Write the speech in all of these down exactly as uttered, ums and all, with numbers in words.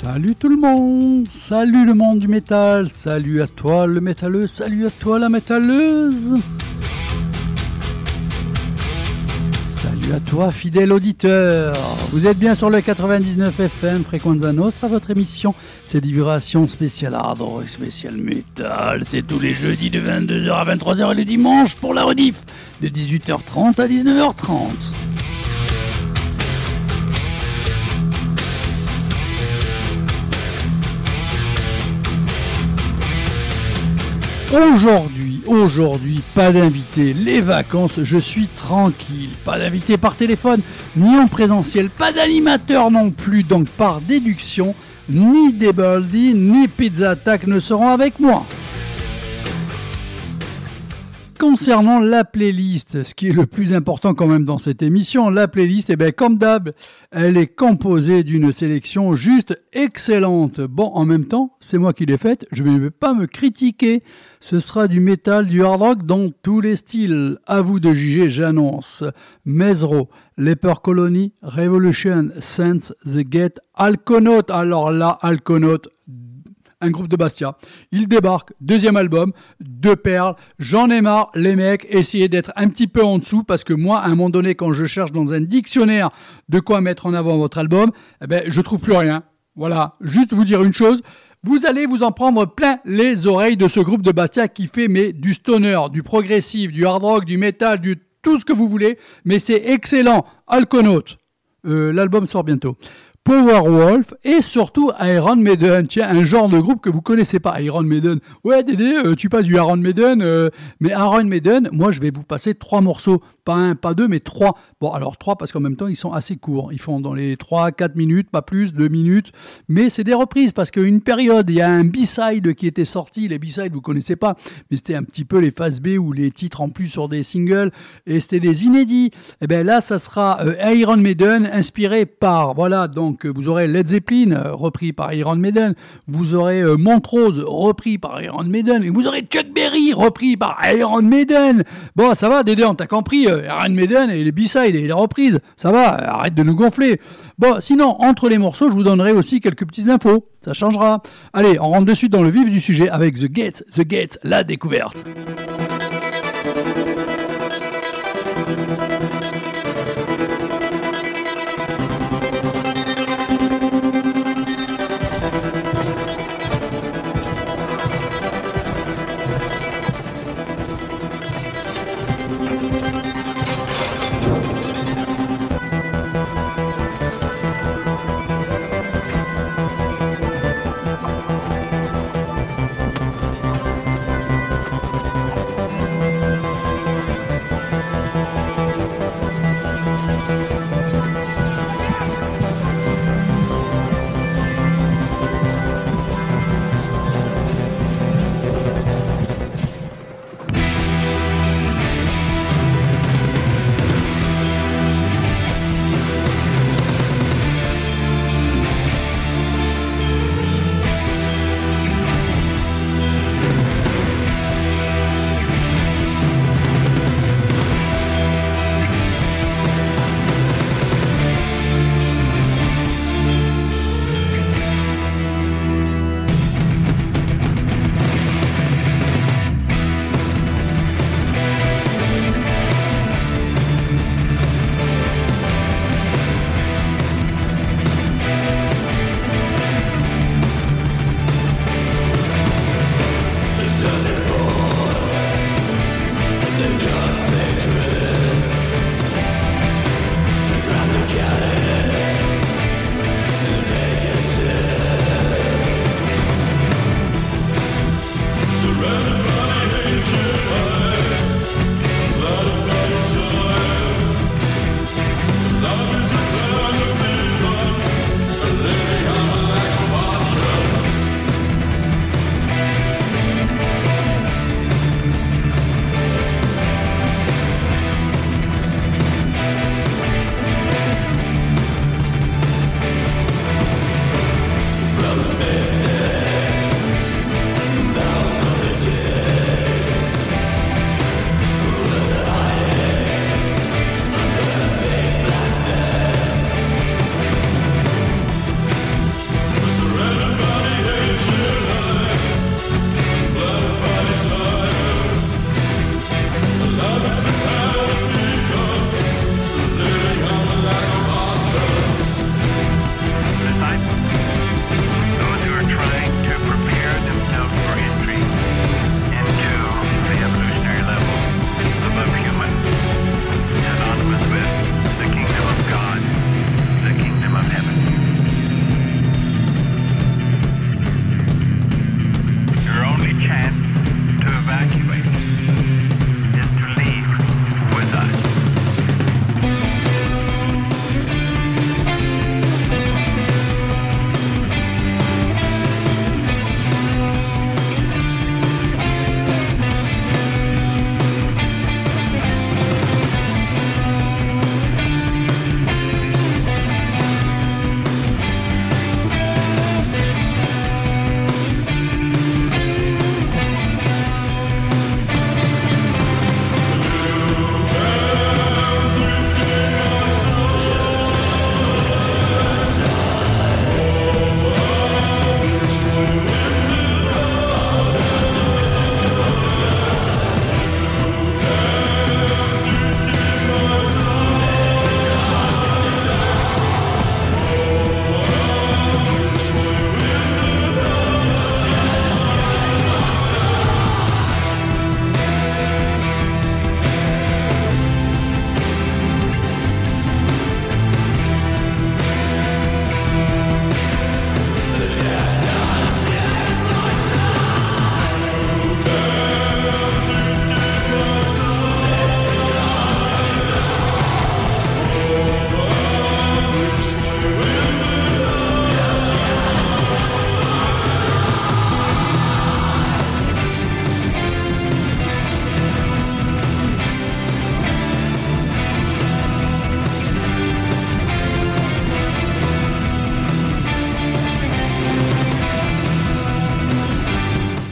Salut tout le monde, salut le monde du métal, salut à toi le métalleux, salut à toi la métalleuse. Salut à toi fidèle auditeur, vous êtes bien sur le quatre-vingt-dix-neuf F M Frequenza Nostra, votre émission c'est Vibration spéciale hard rock, spéciale métal, c'est tous les jeudis de vingt-deux heures à vingt-trois heures et les dimanches pour la rediff de dix-huit heures trente à dix-neuf heures trente. Aujourd'hui, aujourd'hui, pas d'invité, les vacances, je suis tranquille, pas d'invité par téléphone, ni en présentiel, pas d'animateur non plus, donc par déduction, ni Debaldi, ni Pizza Attack ne seront avec moi. Concernant la playlist, ce qui est le plus important quand même dans cette émission, la playlist, eh bien, comme d'hab, elle est composée d'une sélection juste excellente. Bon, en même temps, c'est moi qui l'ai faite, je ne vais pas me critiquer. Ce sera du métal, du hard rock dans tous les styles. À vous de juger, j'annonce. Mesro, Leper Colony, Revolution, Sense, The Gate, Alconaut. Alors là, Alconaut, un groupe de Bastia. Il débarque, deuxième album, deux perles. J'en ai marre, les mecs, essayez d'être un petit peu en dessous parce que moi, à un moment donné, quand je cherche dans un dictionnaire de quoi mettre en avant votre album, eh ben, je trouve plus rien. Voilà, juste vous dire une chose. Vous allez vous en prendre plein les oreilles de ce groupe de Bastia qui fait mais, du stoner, du progressif, du hard rock, du metal, du tout ce que vous voulez. Mais c'est excellent. Alconaut. Euh, l'album sort bientôt. Powerwolf et surtout Iron Maiden. Tiens, un genre de groupe que vous connaissez pas. Iron Maiden. Ouais, Dédé, euh, tu passes du Iron Maiden. Euh, mais Iron Maiden, moi, je vais vous passer trois morceaux. Pas un, pas deux, mais trois. Bon, alors trois parce qu'en même temps, ils sont assez courts. Ils font dans les trois à quatre minutes, pas plus, deux minutes. Mais c'est des reprises parce qu'une période, il y a un B-side qui était sorti. Les B-sides, vous connaissez pas. Mais c'était un petit peu les phases B ou les titres en plus sur des singles. Et c'était des inédits. Et bien là, ça sera euh, Iron Maiden inspiré par, voilà, donc, Donc vous aurez Led Zeppelin euh, repris par Iron Maiden, vous aurez euh, Montrose repris par Iron Maiden, et vous aurez Chuck Berry repris par Iron Maiden. Bon, ça va, Dédé, on t'a compris, euh, Iron Maiden et les B-sides et les reprises, ça va, euh, arrête de nous gonfler. Bon, sinon, entre les morceaux, je vous donnerai aussi quelques petites infos, ça changera. Allez, on rentre de suite dans le vif du sujet avec The Gates, The Gates, la découverte.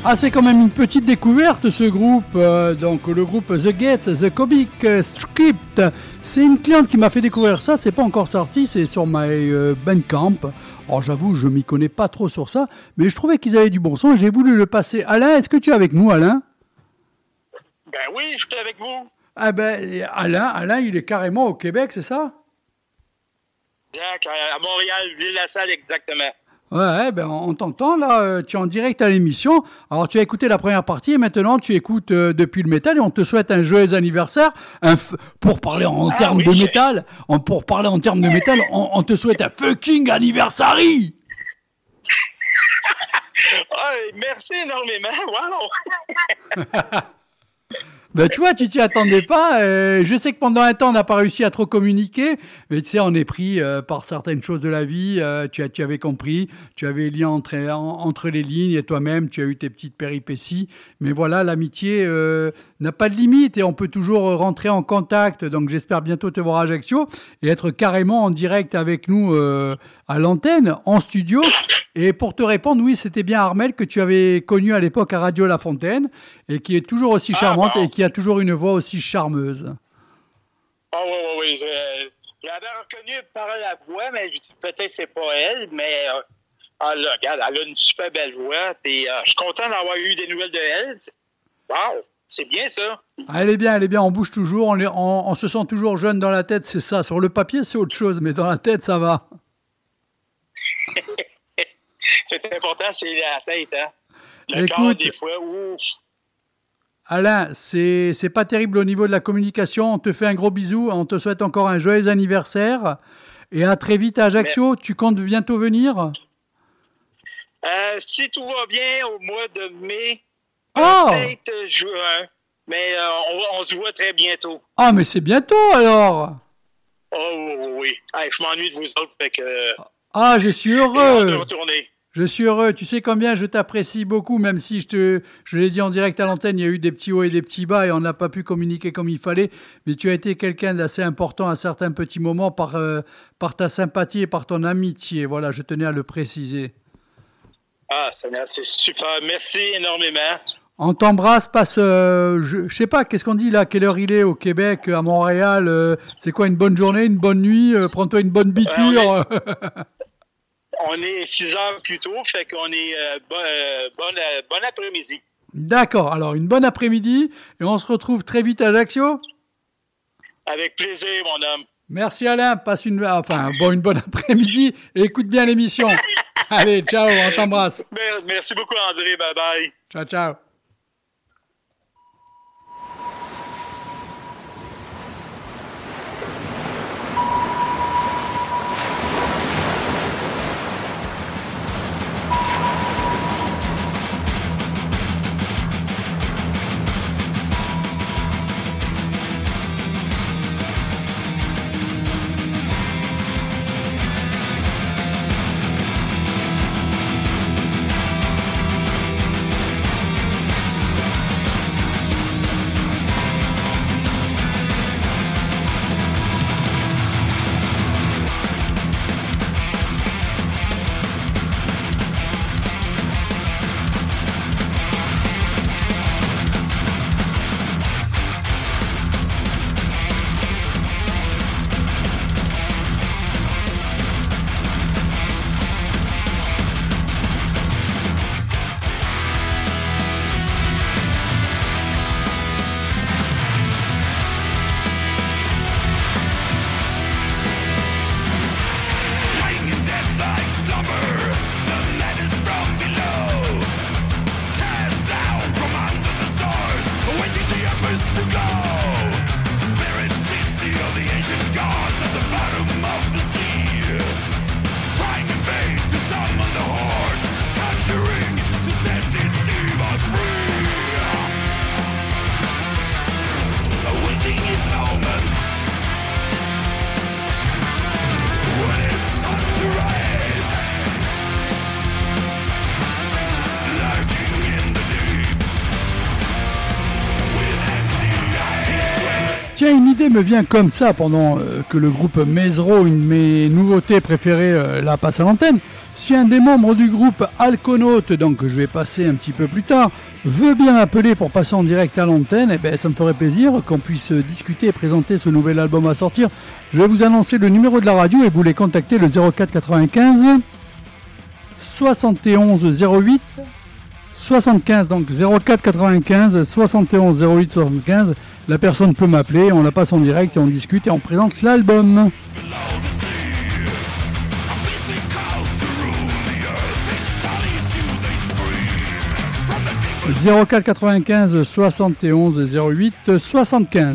Ah, c'est quand même une petite découverte ce groupe, euh, donc le groupe The Gates, The Comic Script. C'est une cliente qui m'a fait découvrir ça, c'est pas encore sorti, c'est sur My euh, Bandcamp. Alors j'avoue, je m'y connais pas trop sur ça, mais je trouvais qu'ils avaient du bon son et j'ai voulu le passer. Alain, est-ce que tu es avec nous, Alain? Ben oui, je suis avec vous. Ah ben, Alain, Alain, il est carrément au Québec, c'est ça? D'accord, à Montréal, Ville-la-Salle, exactement. Ouais, ben on t'entend là, tu es en direct à l'émission. Alors tu as écouté la première partie et maintenant tu écoutes euh, depuis le métal et on te souhaite un joyeux anniversaire. Un f- pour parler en Ah, termes oui, de j'ai... métal, on, pour parler en termes de métal, on, on te souhaite un fucking anniversary. Ah, merci énormément, wow! Ben tu vois, tu t'y attendais pas. Euh, je sais que pendant un temps, on n'a pas réussi à trop communiquer, mais tu sais, on est pris euh, par certaines choses de la vie. Euh, tu, as, tu avais compris, tu avais lien entre, en, entre les lignes et toi-même, tu as eu tes petites péripéties. Mais voilà, l'amitié euh, n'a pas de limite et on peut toujours rentrer en contact. Donc j'espère bientôt te voir à Ajaccio et être carrément en direct avec nous euh, à l'antenne, en studio. Et pour te répondre, oui, c'était bien Armelle que tu avais connu à l'époque à Radio La Fontaine et qui est toujours aussi charmante ah, bon. et qui a toujours une voix aussi charmeuse. Oh oui, oui, oui. Je, je l'avais reconnue par la voix, mais je dis peut-être que c'est pas elle, mais euh, ah, là, regarde, elle a une super belle voix. Puis, euh, je suis content d'avoir eu des nouvelles de elle. Wow, c'est bien ça. Ah, elle est bien, elle est bien. On bouge toujours, on, est, on, on se sent toujours jeune dans la tête, c'est ça. Sur le papier, c'est autre chose, mais dans la tête, ça va. C'est important, c'est la tête, hein. Le Écoute, corps, des fois, ouf. Alain, c'est, c'est pas terrible au niveau de la communication. On te fait un gros bisou. On te souhaite encore un joyeux anniversaire. Et à très vite à Ajaccio. Mais... Tu comptes bientôt venir? euh, Si tout va bien, au mois de mai, oh! peut-être juin. Mais euh, on, on se voit très bientôt. Ah, mais c'est bientôt alors? Oh oui, oui. Hey, je m'ennuie de vous autres, fait que... Ah, je suis heureux. De retourner. Je suis heureux. Tu sais combien je t'apprécie beaucoup, même si je te, je l'ai dit en direct à l'antenne, il y a eu des petits hauts et des petits bas et on n'a pas pu communiquer comme il fallait. Mais tu as été quelqu'un d'assez important à certains petits moments par, euh, par ta sympathie et par ton amitié. Voilà, je tenais à le préciser. Ah, c'est super. Merci énormément. On t'embrasse, passe, euh, je, je sais pas, qu'est-ce qu'on dit là, quelle heure il est au Québec, à Montréal, euh, c'est quoi, une bonne journée, une bonne nuit, euh, prends-toi une bonne biture. Euh, On est six heures plus tôt, fait qu'on est euh, bon, euh, bon, euh, bon après-midi. D'accord, alors une bonne après-midi et on se retrouve très vite à Ajaccio. Avec plaisir, mon homme. Merci Alain, passe une, enfin, bon, une bonne après-midi et écoute bien l'émission. Allez, ciao, on t'embrasse. Merci beaucoup André, bye bye. Ciao, ciao. Tiens, une idée me vient comme ça pendant euh, que le groupe Mesro, une de mes nouveautés préférées, euh, la passe à l'antenne. Si un des membres du groupe Alconautes, donc que je vais passer un petit peu plus tard, veut bien m'appeler pour passer en direct à l'antenne, eh ben, ça me ferait plaisir qu'on puisse discuter et présenter ce nouvel album à sortir. Je vais vous annoncer le numéro de la radio et vous les contacter le zéro quatre quatre-vingt-quinze soixante et onze zéro huit soixante-quinze, donc zéro quatre quatre-vingt-quinze soixante et onze zéro huit soixante-quinze. La personne peut m'appeler, on la passe en direct et on discute et on présente l'album. zéro quatre quatre-vingt-quinze soixante et onze zéro huit soixante-quinze.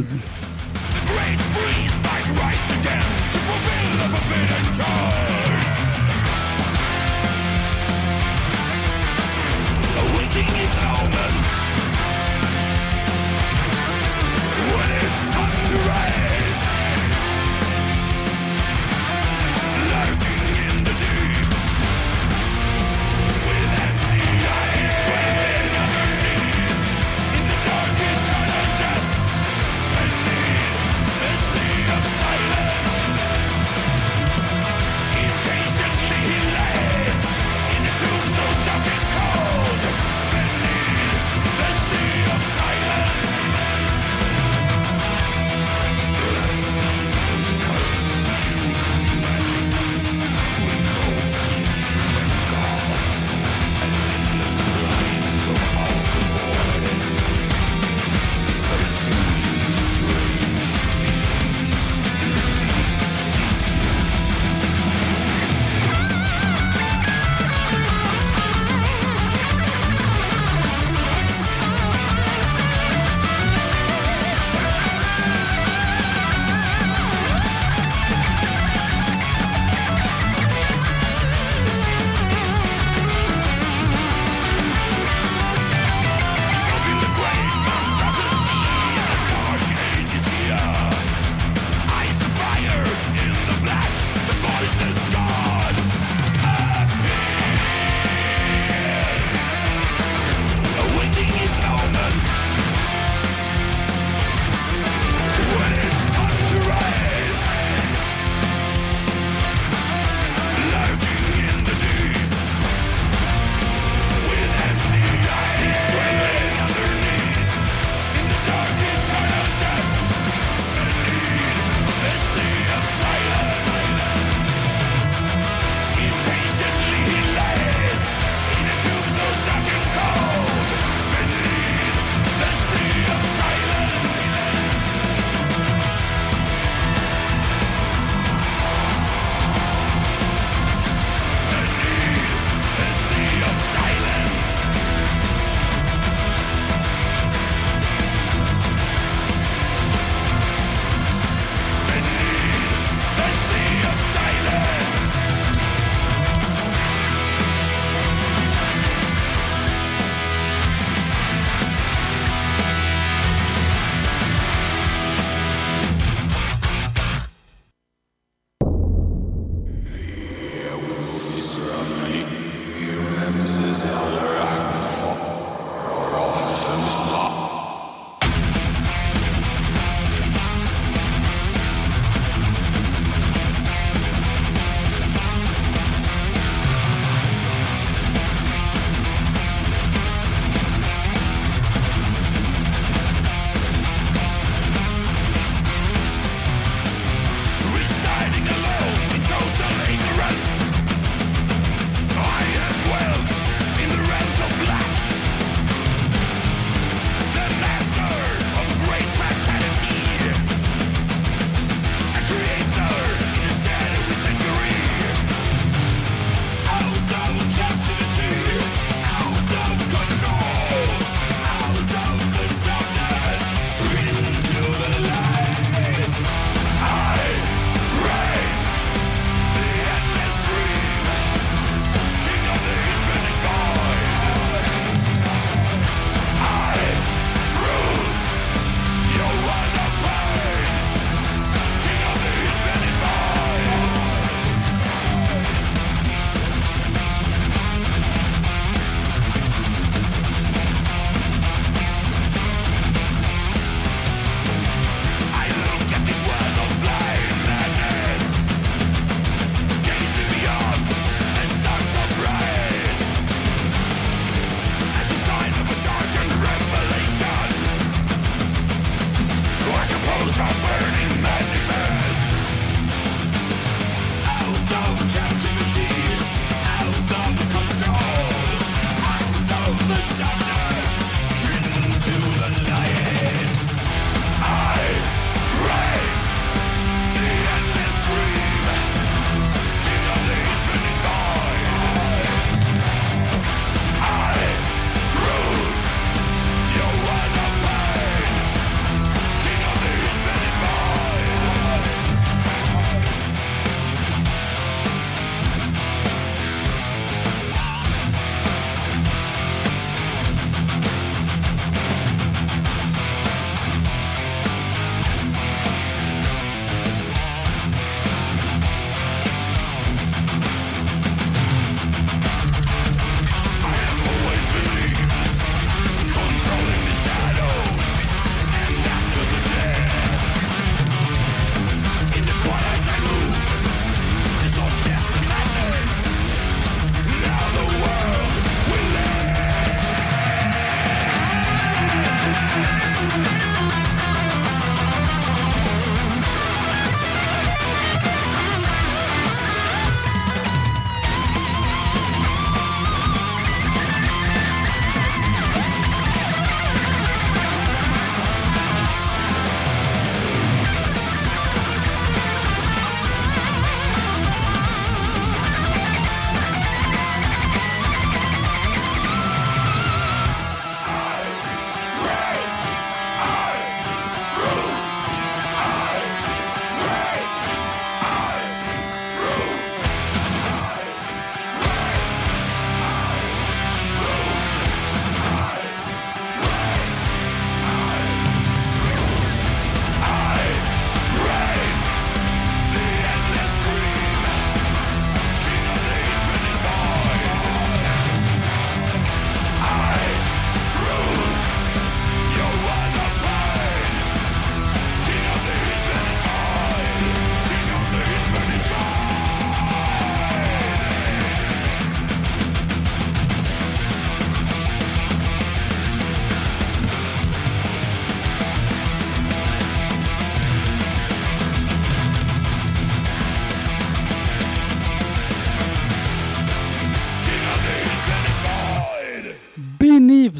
I have dwelt in the realms of black.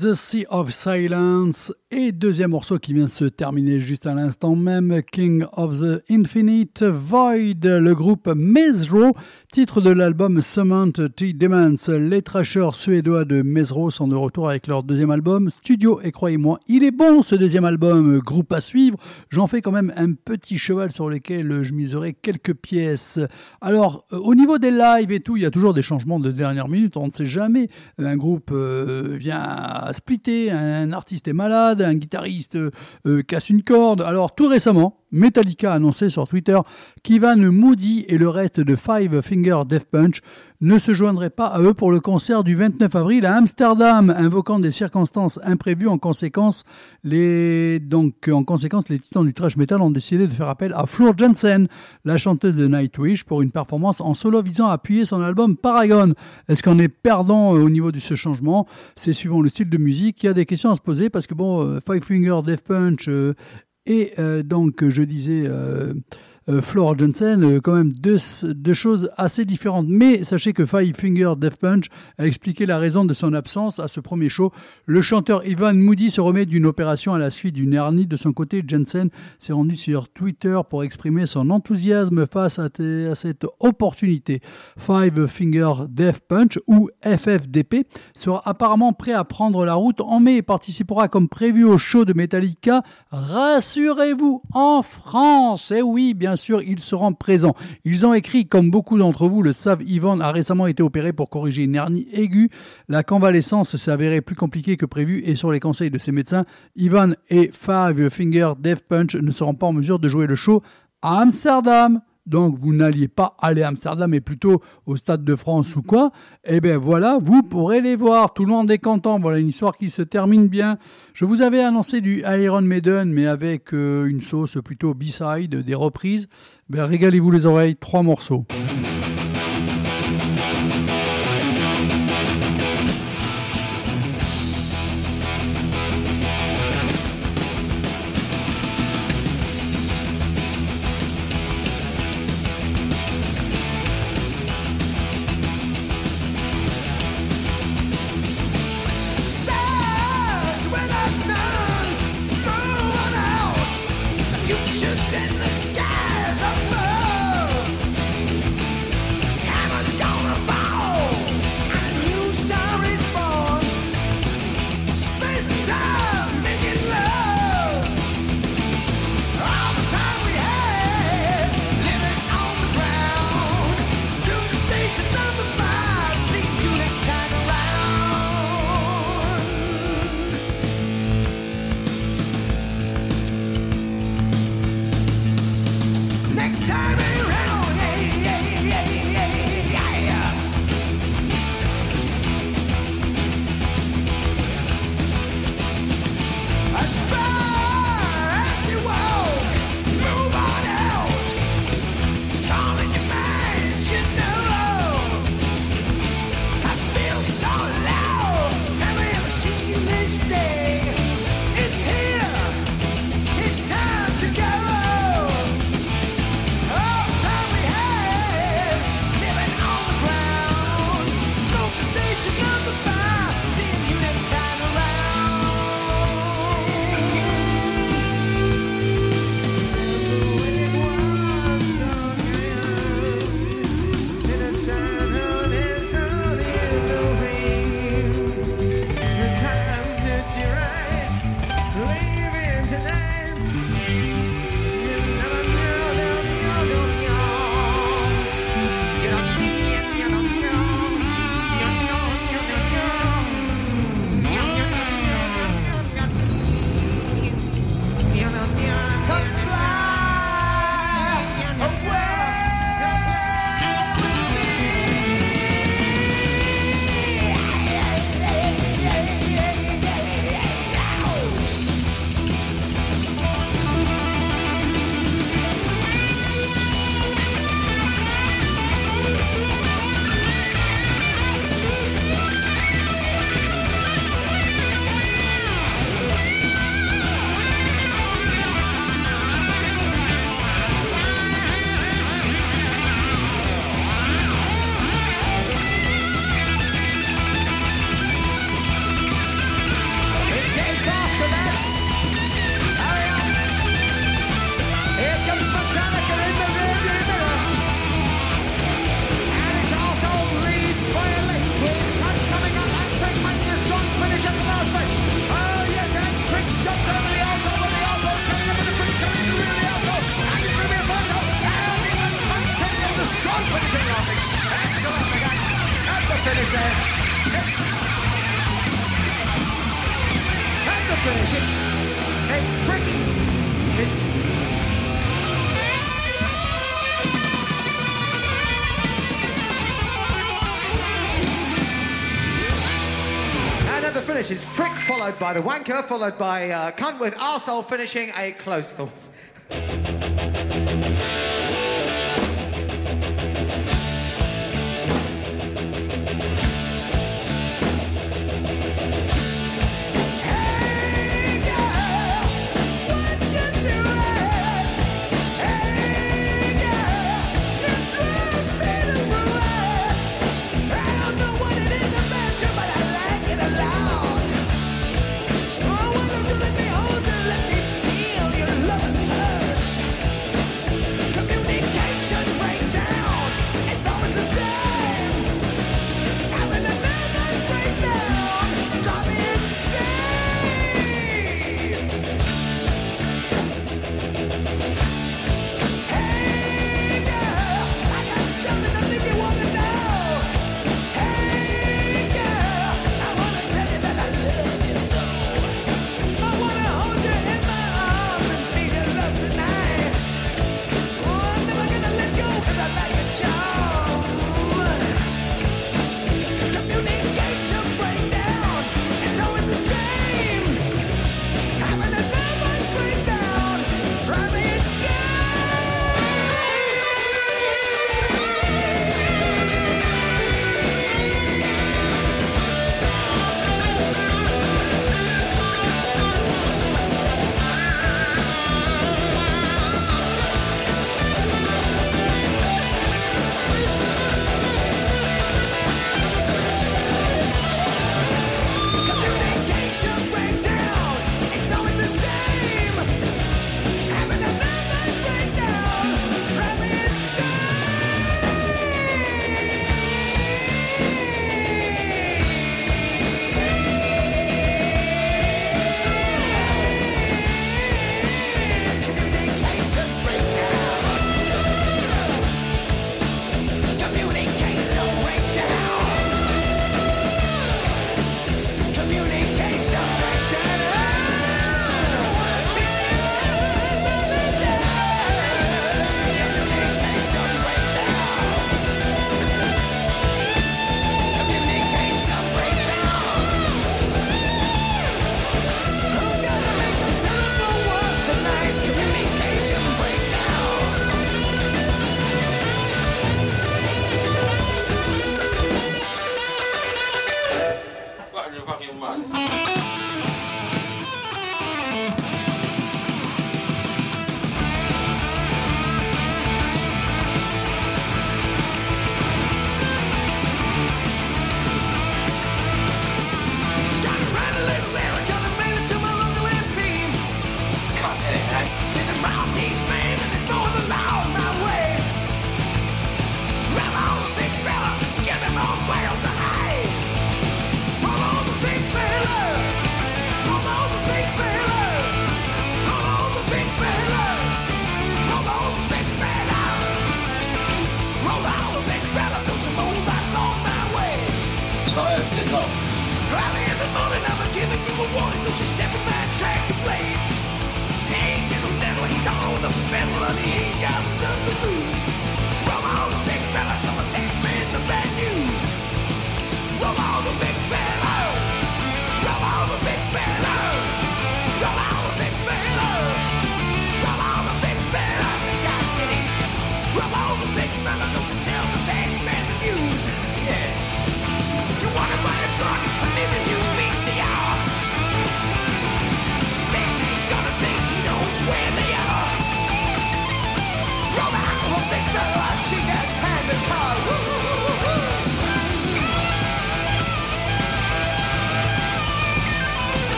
The Sea of Silence. Et deuxième morceau qui vient de se terminer juste à l'instant même, King of the Infinite Void, le groupe Mesro, titre de l'album Cement T Demons. Les thrashers suédois de Mesro sont de retour avec leur deuxième album studio, et croyez-moi, il est bon ce deuxième album, groupe à suivre. J'en fais quand même un petit cheval sur lequel je miserai quelques pièces. Alors, euh, au niveau des lives et tout, il y a toujours des changements de dernière minute, on ne sait jamais. Un groupe euh, vient à splitter, un artiste est malade, un guitariste euh, casse une corde. Alors tout récemment, Metallica a annoncé sur Twitter qu'Ivan Moody et le reste de Five Finger Death Punch ne se joindraient pas à eux pour le concert du vingt-neuf avril à Amsterdam, invoquant des circonstances imprévues. En conséquence, les, donc, en conséquence, les titans du thrash metal ont décidé de faire appel à Floor Jansen, la chanteuse de Nightwish, pour une performance en solo visant à appuyer son album Paragon. Est-ce qu'on est perdant au niveau de ce changement ? C'est suivant le style de musique. Il y a des questions à se poser parce que bon, Five Finger Death Punch euh, et euh, donc je disais euh, euh, Floor Jansen, euh, quand même deux, deux choses assez différentes. Mais sachez que Five Finger Death Punch a expliqué la raison de son absence à ce premier show. Le chanteur Ivan Moody se remet d'une opération à la suite d'une hernie. De son côté, Jansen s'est rendu sur Twitter pour exprimer son enthousiasme face à, t- à cette opportunité. Five Finger Death Punch, ou F F D P, sera apparemment prêt à prendre la route en mai et participera comme prévu au show de Metallica. Rassurez-vous, en France. Et oui, bien sûr, ils seront présents. Ils ont écrit, comme beaucoup d'entre vous le savent, Ivan a récemment été opéré pour corriger une hernie aiguë. La convalescence s'est avérée plus compliquée que prévu et sur les conseils de ses médecins, Ivan et Five Finger Death Punch ne seront pas en mesure de jouer le show à Amsterdam. Donc vous n'alliez pas aller à Amsterdam, mais plutôt au Stade de France ou quoi, eh bien voilà, vous pourrez les voir. Tout le monde est content. Voilà une histoire qui se termine bien. Je vous avais annoncé du Iron Maiden, mais avec euh, une sauce plutôt B-side, des reprises. Ben, régalez-vous les oreilles, trois morceaux. Futures in the skies above. finish there. It's, and the finish. It's, it's Prick. It's. And at the finish, it's Prick followed by the Wanker, followed by uh, Cunt with Arsehole finishing a close thought.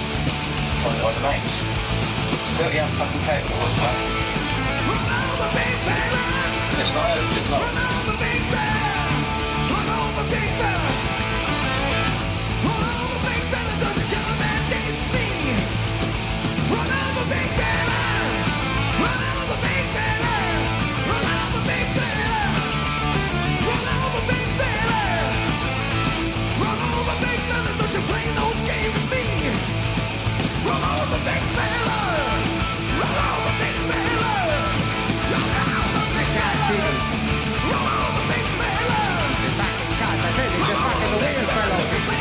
Built your fucking cable. floor. Run over, big fella. Run over, big fella. Run over, big fella. Does the gentleman need me? Run over, big fella. Run over, big fella. Run over, big fella. Run over, big fella. Run over, big fella. Don't you play no game with me? Run over, big fella. Run over, big fella. Run over, big fella. Run over, big fella. He's back in cut. I think he's back in the wheel, fellow.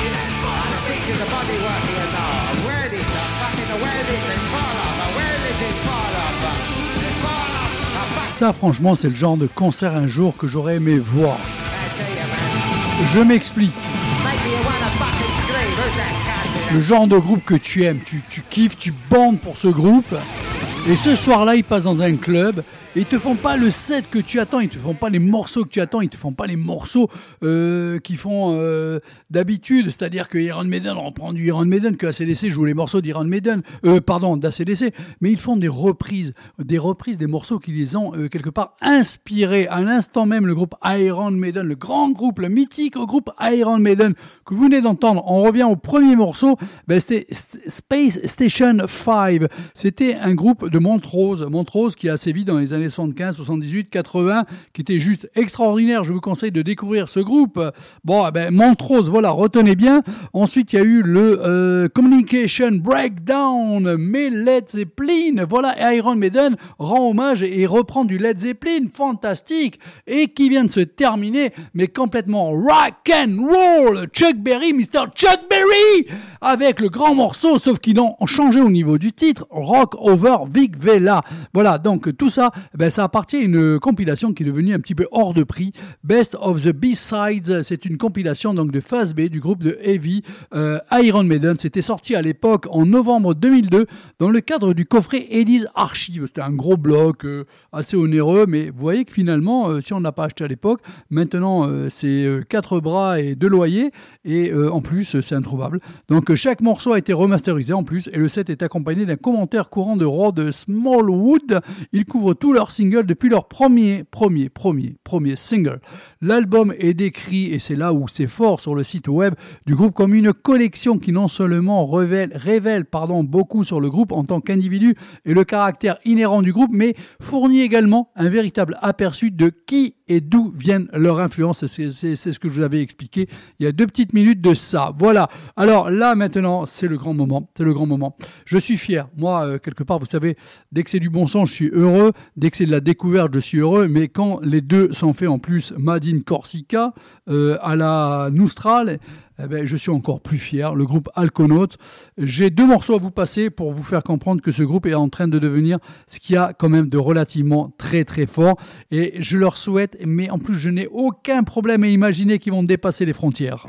And it teaches the body working as well. Where did the fucking the where did it fall off? Where did it fall off? It fall off. A back. Ça, franchement, c'est le genre de concert un jour que j'aurais aimé voir. I tell you, man. Je m'explique. Make me wanna fucking scream. Who's that cat? Le genre de groupe que tu aimes, tu, tu kiffes, tu bandes pour ce groupe. Et ce soir-là, ils passent dans un club et ils te font pas le set que tu attends, ils te font pas les morceaux que tu attends, ils te font pas les morceaux euh, qu'ils font euh, d'habitude. C'est-à-dire que Iron Maiden reprend du Iron Maiden, que A C D C joue les morceaux d'Iron Maiden, euh, pardon, d'A C D C. Mais ils font des reprises, des reprises des morceaux qui les ont euh, quelque part inspirés. À l'instant même, le groupe Iron Maiden, le grand groupe, le mythique groupe Iron Maiden que vous venez d'entendre, on revient au premier morceau, ben c'était Space Station cinq. C'était un groupe de Montrose, Montrose qui a sévi dans les années soixante-quinze, soixante-dix-huit, quatre-vingts, qui était juste extraordinaire. Je vous conseille de découvrir ce groupe. Bon, eh ben, Montrose, voilà, retenez bien. Ensuite, il y a eu le euh, Communication Breakdown, mais Led Zeppelin, voilà, Iron Maiden rend hommage et reprend du Led Zeppelin, fantastique, et qui vient de se terminer, mais complètement rock and roll, Chuck Berry, mister Chuck Berry, avec le grand morceau, sauf qu'ils l'ont changé au niveau du titre, Rock Over Vic Vela. Voilà, donc tout ça, ben, ça appartient à une compilation qui est devenue un petit peu hors de prix, Best of the B-Sides. C'est une compilation donc de phase B du groupe de Heavy euh, Iron Maiden. C'était sorti à l'époque en novembre deux mille deux dans le cadre du coffret Eddie's Archive. C'était un gros bloc euh, assez onéreux, mais vous voyez que finalement, euh, si on n'a pas acheté à l'époque, maintenant euh, c'est euh, quatre bras et deux loyers, et euh, en plus c'est introuvable. Donc euh, chaque morceau a été remasterisé en plus, et le set est accompagné d'un commentaire courant de Rod Smallwood. Il couvre tous leurs singles depuis leur premier, premier, premier, premier single. L'album est décrit, et c'est là où c'est fort sur le site web du groupe, comme une collection qui non seulement révèle, révèle pardon, beaucoup sur le groupe en tant qu'individu et le caractère inhérent du groupe, mais fournit également un véritable aperçu de qui et d'où viennent leurs influences. C'est, c'est, c'est ce que je vous avais expliqué il y a deux petites minutes de ça. Voilà. Alors là, maintenant, c'est le grand moment. C'est le grand moment. Je suis fier. Moi, euh, quelque part, vous savez, dès que c'est du bon son, je suis heureux. Dès que c'est de la découverte, je suis heureux. Mais quand les deux sont faits en plus Made in Corsica, euh, à la Noustral, eh ben, je suis encore plus fier. Le groupe Alconaut. J'ai deux morceaux à vous passer pour vous faire comprendre que ce groupe est en train de devenir ce qu'il y a quand même de relativement très très fort. Et je leur souhaite, mais en plus je n'ai aucun problème à imaginer qu'ils vont dépasser les frontières.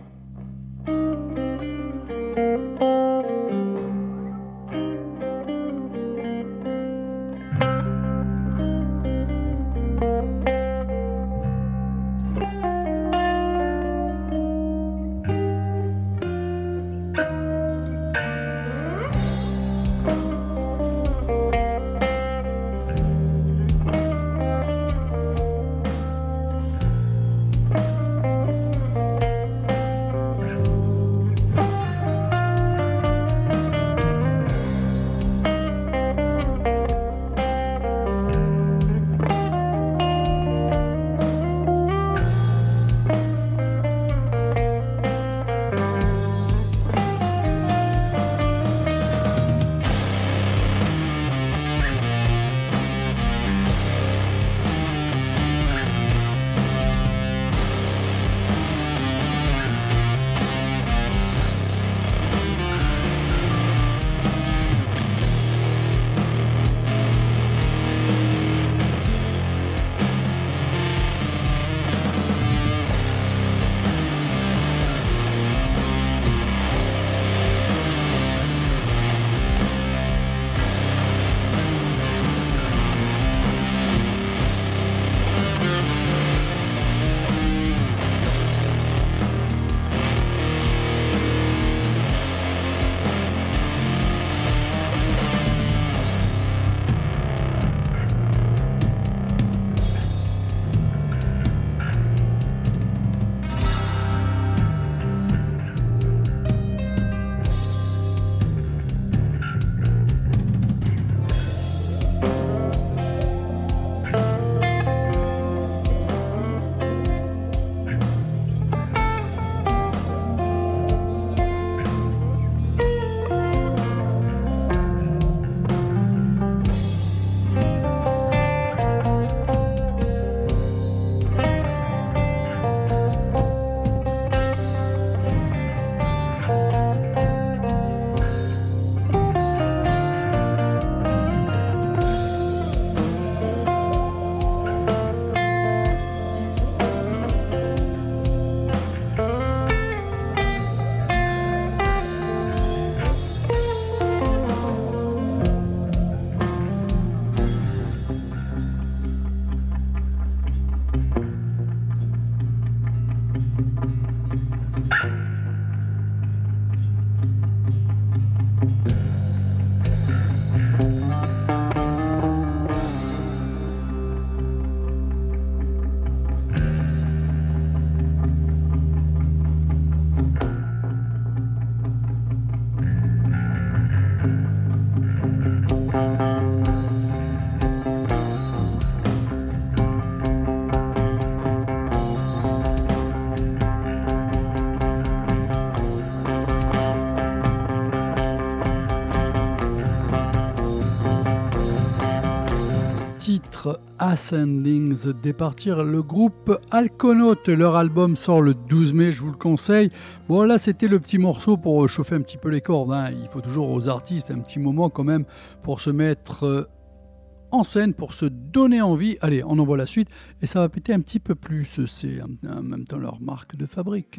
titre Ascending the Departure, le groupe Alconaut. Leur album sort le douze mai, je vous le conseille. Bon, là, c'était le petit morceau pour chauffer un petit peu les cordes, hein. Il faut toujours aux artistes un petit moment quand même pour se mettre en scène, pour se donner envie. Allez, on envoie la suite et ça va péter un petit peu plus. C'est en même temps leur marque de fabrique.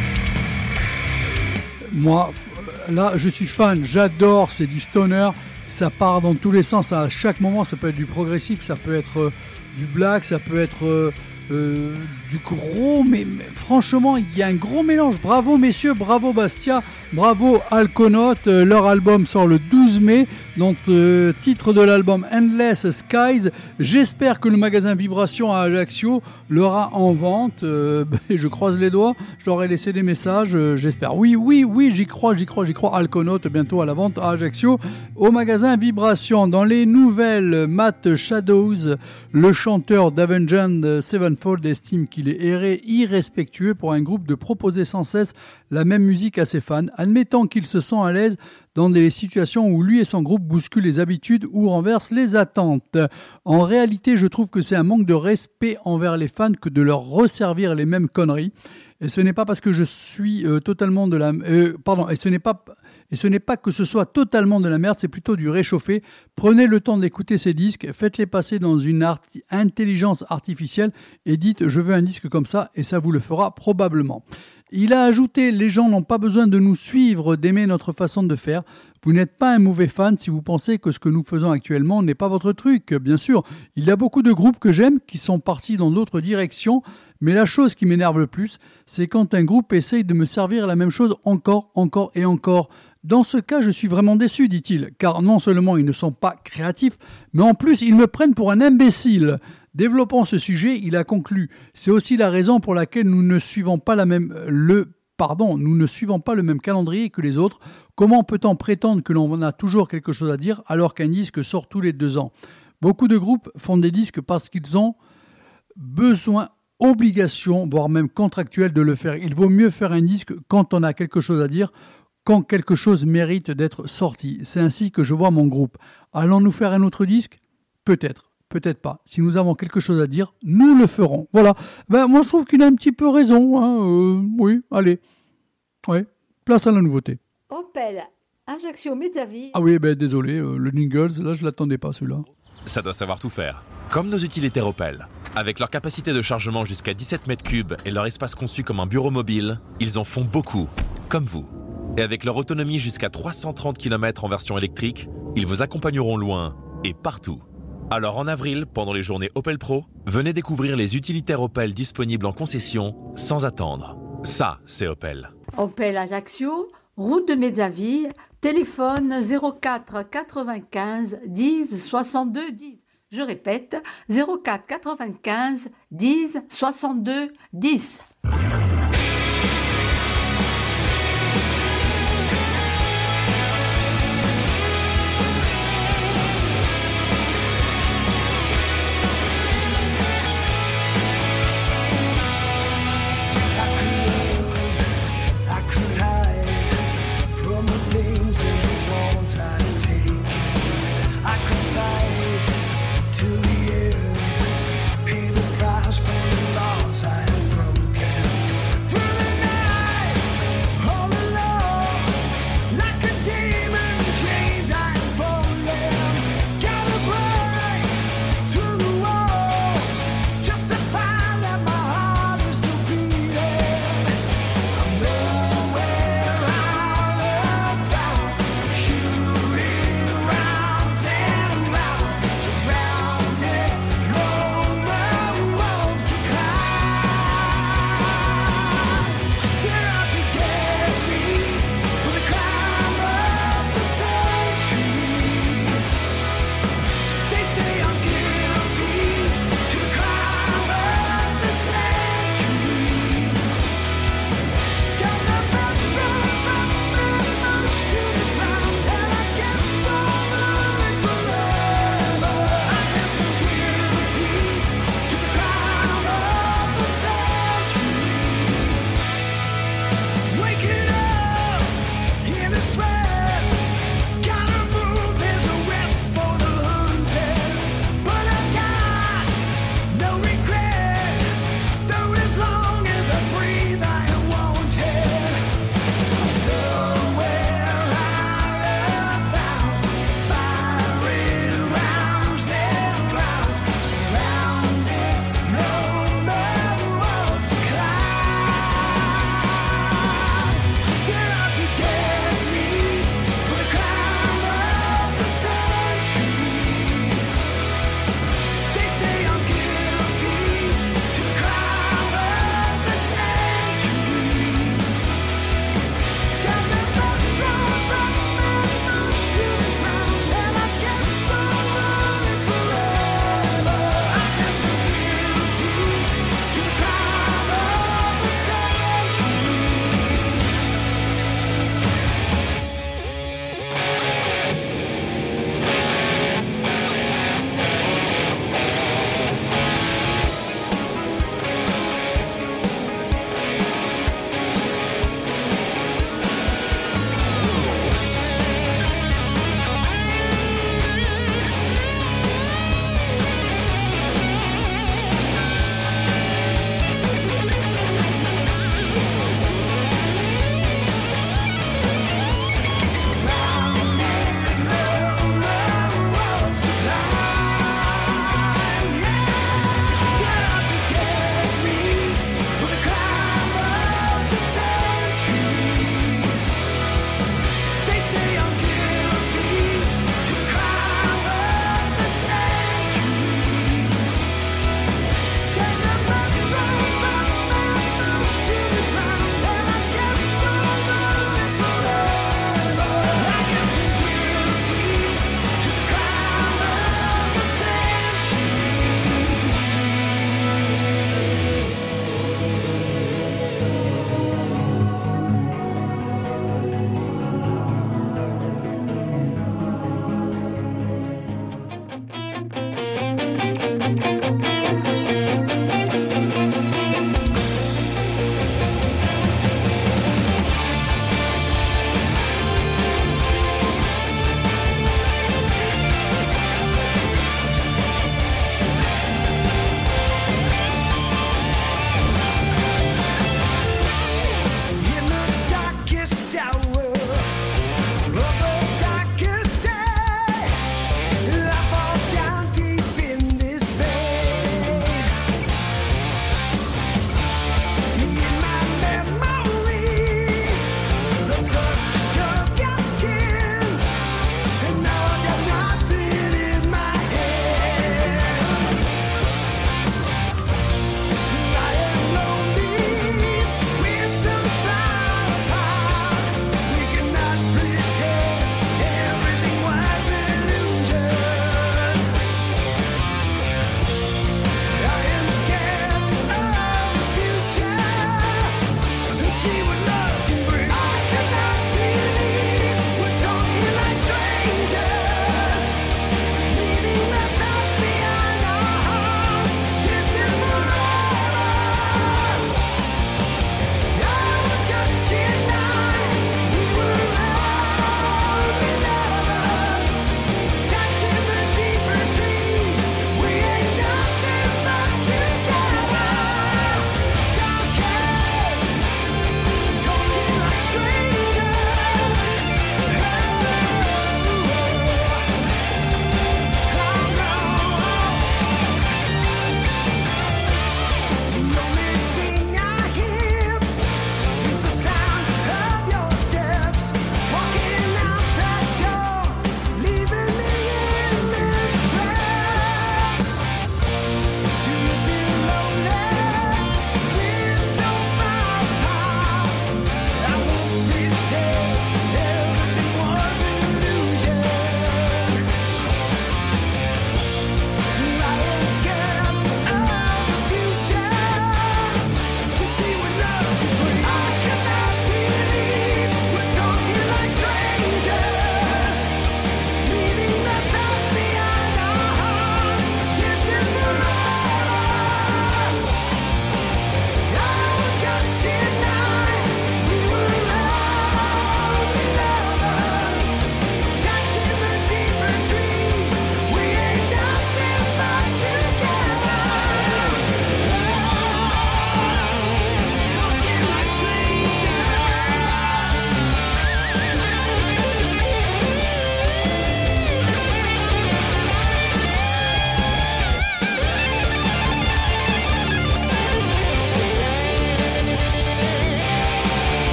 Moi, là, je suis fan, j'adore, c'est du stoner, ça part dans tous les sens à chaque moment. Ça peut être du progressif, ça peut être euh, du black, ça peut être euh, euh, du gros, mais, mais franchement, il y a un gros mélange. Bravo messieurs, bravo Bastia, bravo Alconote. Euh, leur album sort le douze mai. Donc, euh, titre de l'album Endless Skies. J'espère que le magasin Vibration à Ajaccio l'aura en vente. Euh, je croise les doigts. Je leur ai laissé des messages. Euh, j'espère. Oui, oui, oui, j'y crois, j'y crois, j'y crois. Alconote bientôt à la vente à Ajaccio au magasin Vibration. Dans les nouvelles, Matt Shadows, le chanteur d'Avenged Sevenfold, estime qu'il est erré irrespectueux pour un groupe de proposer sans cesse la même musique à ses fans, admettant qu'il se sent à l'aise dans des situations où lui et son groupe bousculent les habitudes ou renversent les attentes. En réalité, je trouve que c'est un manque de respect envers les fans que de leur resservir les mêmes conneries. Et ce n'est pas parce que je suis euh, totalement de la... Euh, pardon, et ce n'est pas... Et ce n'est pas que ce soit totalement de la merde, c'est plutôt du réchauffé. Prenez le temps d'écouter ces disques, faites-les passer dans une art- intelligence artificielle et dites « je veux un disque comme ça » et ça vous le fera probablement. Il a ajouté « les gens n'ont pas besoin de nous suivre, d'aimer notre façon de faire. Vous n'êtes pas un mauvais fan si vous pensez que ce que nous faisons actuellement n'est pas votre truc. Bien sûr, il y a beaucoup de groupes que j'aime qui sont partis dans d'autres directions, mais la chose qui m'énerve le plus, c'est quand un groupe essaye de me servir la même chose encore, encore et encore. Dans ce cas, je suis vraiment déçu, dit-il, car non seulement ils ne sont pas créatifs, mais en plus ils me prennent pour un imbécile. Développant ce sujet, il a conclu « C'est aussi la raison pour laquelle nous ne suivons pas la même... le Pardon, nous ne suivons pas le même calendrier que les autres. Comment peut-on prétendre que l'on a toujours quelque chose à dire alors qu'un disque sort tous les deux ans ? Beaucoup de groupes font des disques parce qu'ils ont besoin, obligation, voire même contractuelle de le faire. Il vaut mieux faire un disque quand on a quelque chose à dire, quand quelque chose mérite d'être sorti. C'est ainsi que je vois mon groupe. Allons-nous faire un autre disque ? Peut-être. Peut-être pas. Si nous avons quelque chose à dire, nous le ferons. Voilà. Ben, moi, je trouve qu'il a un petit peu raison. Hein. Euh, oui, allez. Ouais. Place à la nouveauté. Opel, Ajaccio Mezzavi. Ah oui, ben désolé. Euh, le Jingles, là, je l'attendais pas, celui-là. Ça doit savoir tout faire. Comme nos utilitaires Opel. Avec leur capacité de chargement jusqu'à dix-sept mètres cubes et leur espace conçu comme un bureau mobile, ils en font beaucoup. Comme vous. Et avec leur autonomie jusqu'à trois cent trente kilomètres en version électrique, ils vous accompagneront loin et partout. Alors en avril, pendant les journées Opel Pro, venez découvrir les utilitaires Opel disponibles en concession sans attendre. Ça, c'est Opel. Opel Ajaccio, route de Mezzavi, téléphone zéro quatre quatre-vingt-quinze dix soixante-deux dix. Je répète, zéro quatre quatre-vingt-quinze dix soixante-deux dix. Pay the price for the laws I have broken.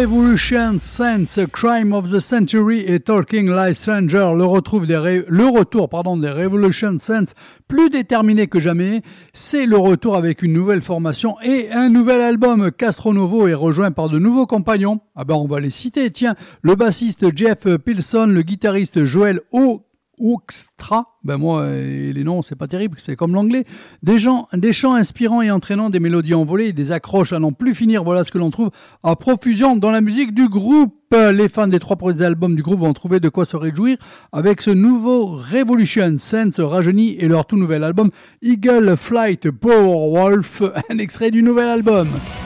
Revolution Sense, Crime of the Century et Talking Like Stranger. Le, retrouve des ré... le retour pardon, des Revolution Sense, plus déterminé que jamais. C'est le retour avec une nouvelle formation et un nouvel album. Castronovo est rejoint par de nouveaux compagnons. Ah ben on va les citer, tiens. Le bassiste Jeff Pilson, le guitariste Joel O. Oxtra, ben moi les noms c'est pas terrible, c'est comme l'anglais. Des, gens, des chants inspirants et entraînants, des mélodies envolées et des accroches à n'en plus finir. Voilà ce que l'on trouve à profusion dans la musique du groupe. Les fans des trois premiers albums du groupe vont trouver de quoi se réjouir avec ce nouveau Revolution Sense rajeuni et leur tout nouvel album Eagle Flight Powerwolf, un extrait du nouvel album.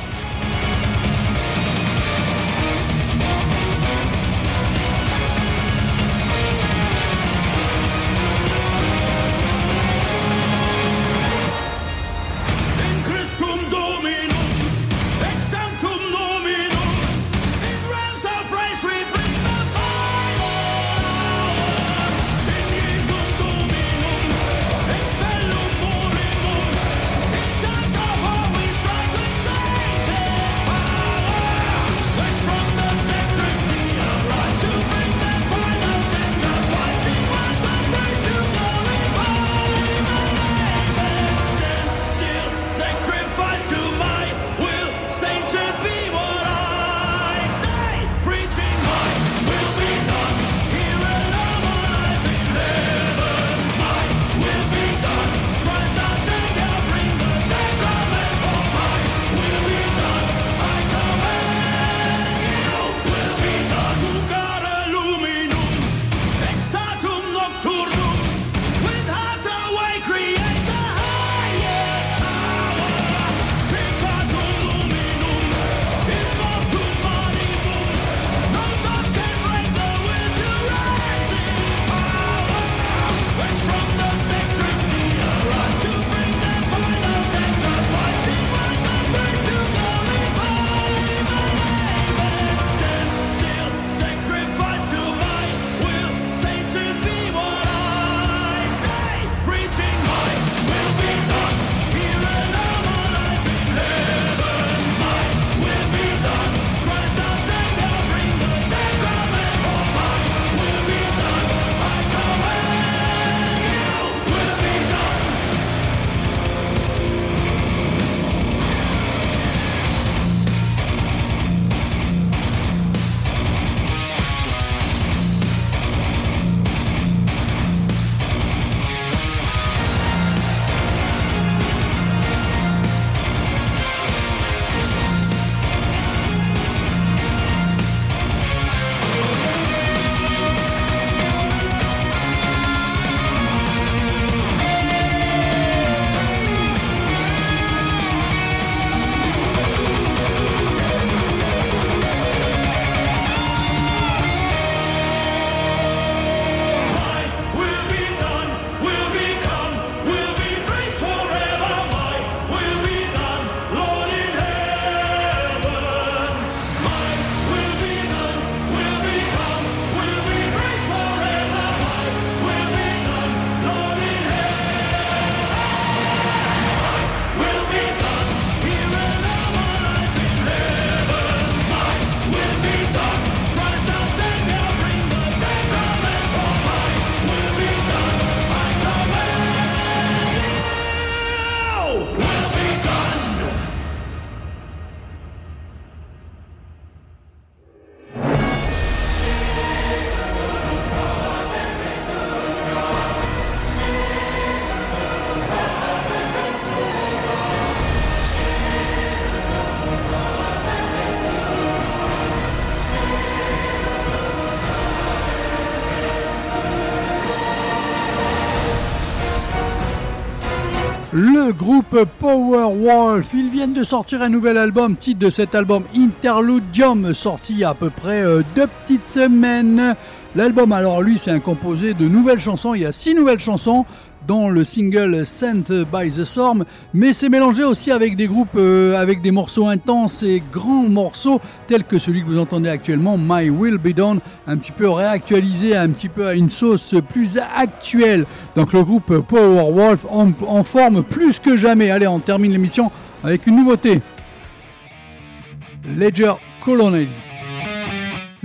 Le groupe Powerwolf, ils viennent de sortir un nouvel album, titre de cet album Interludium, sorti il y a à peu près euh, deux petites semaines. L'album, alors lui, c'est un composé de nouvelles chansons, il y a six nouvelles chansons, dont le single Sent by the Storm, mais c'est mélangé aussi avec des groupes, euh, avec des morceaux intenses et grands morceaux, tels que celui que vous entendez actuellement, My Will Be Done, un petit peu réactualisé, un petit peu à une sauce plus actuelle. Donc le groupe Powerwolf en, en forme plus que jamais. Allez, on termine l'émission avec une nouveauté. Ledger Colonel.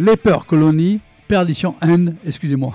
Leper Colony, Perdition End, excusez-moi.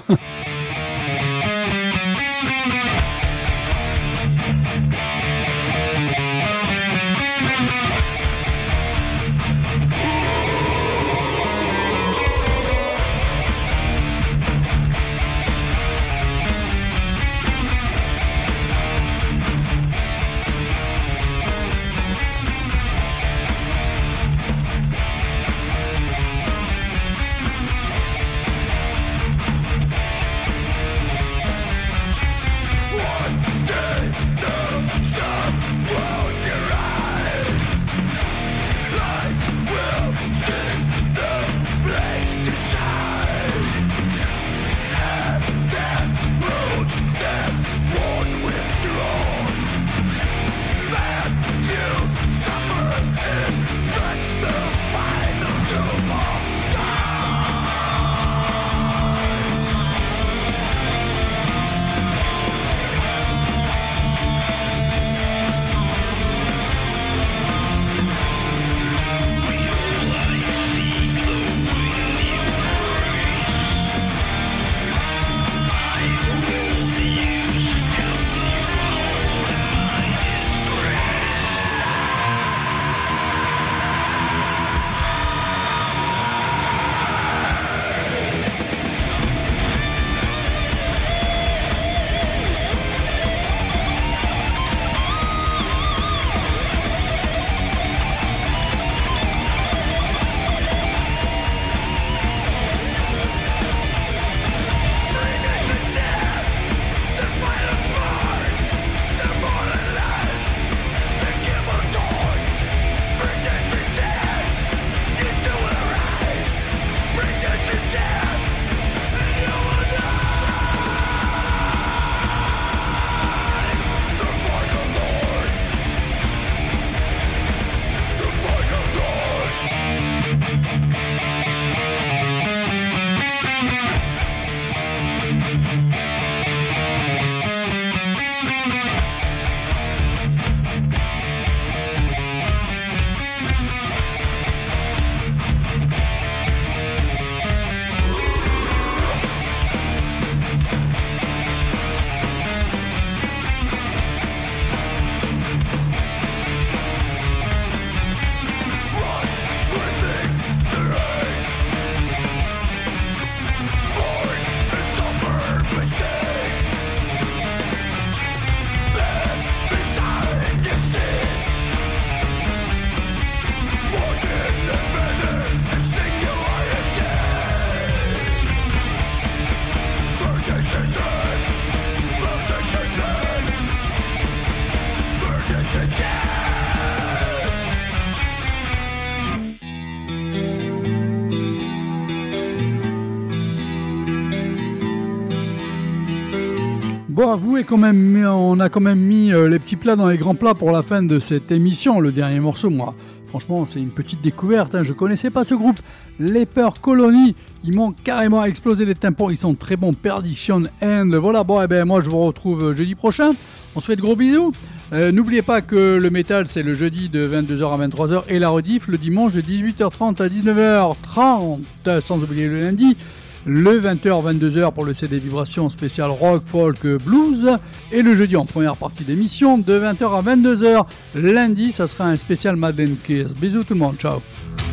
Bon, avouez quand même, on a quand même mis euh, les petits plats dans les grands plats pour la fin de cette émission. Le dernier morceau, moi, franchement, c'est une petite découverte. Hein. Je connaissais pas ce groupe, Leper Colony. Ils m'ont carrément explosé les tympans. Ils sont très bons. Perdition End. Voilà. Bon, et eh ben moi, je vous retrouve jeudi prochain. On se fait de gros bisous. Euh, n'oubliez pas que le métal, c'est le jeudi de vingt-deux heures à vingt-trois heures et la rediff le dimanche de dix-huit heures trente à dix-neuf heures trente. Sans oublier le lundi. Le vingt heures vingt-deux heures pour le C D Vibrations spécial rock, folk, blues. Et le jeudi en première partie d'émission de vingt heures à vingt-deux heures. Lundi, ça sera un spécial Madeleine Kiss. Bisous tout le monde, ciao.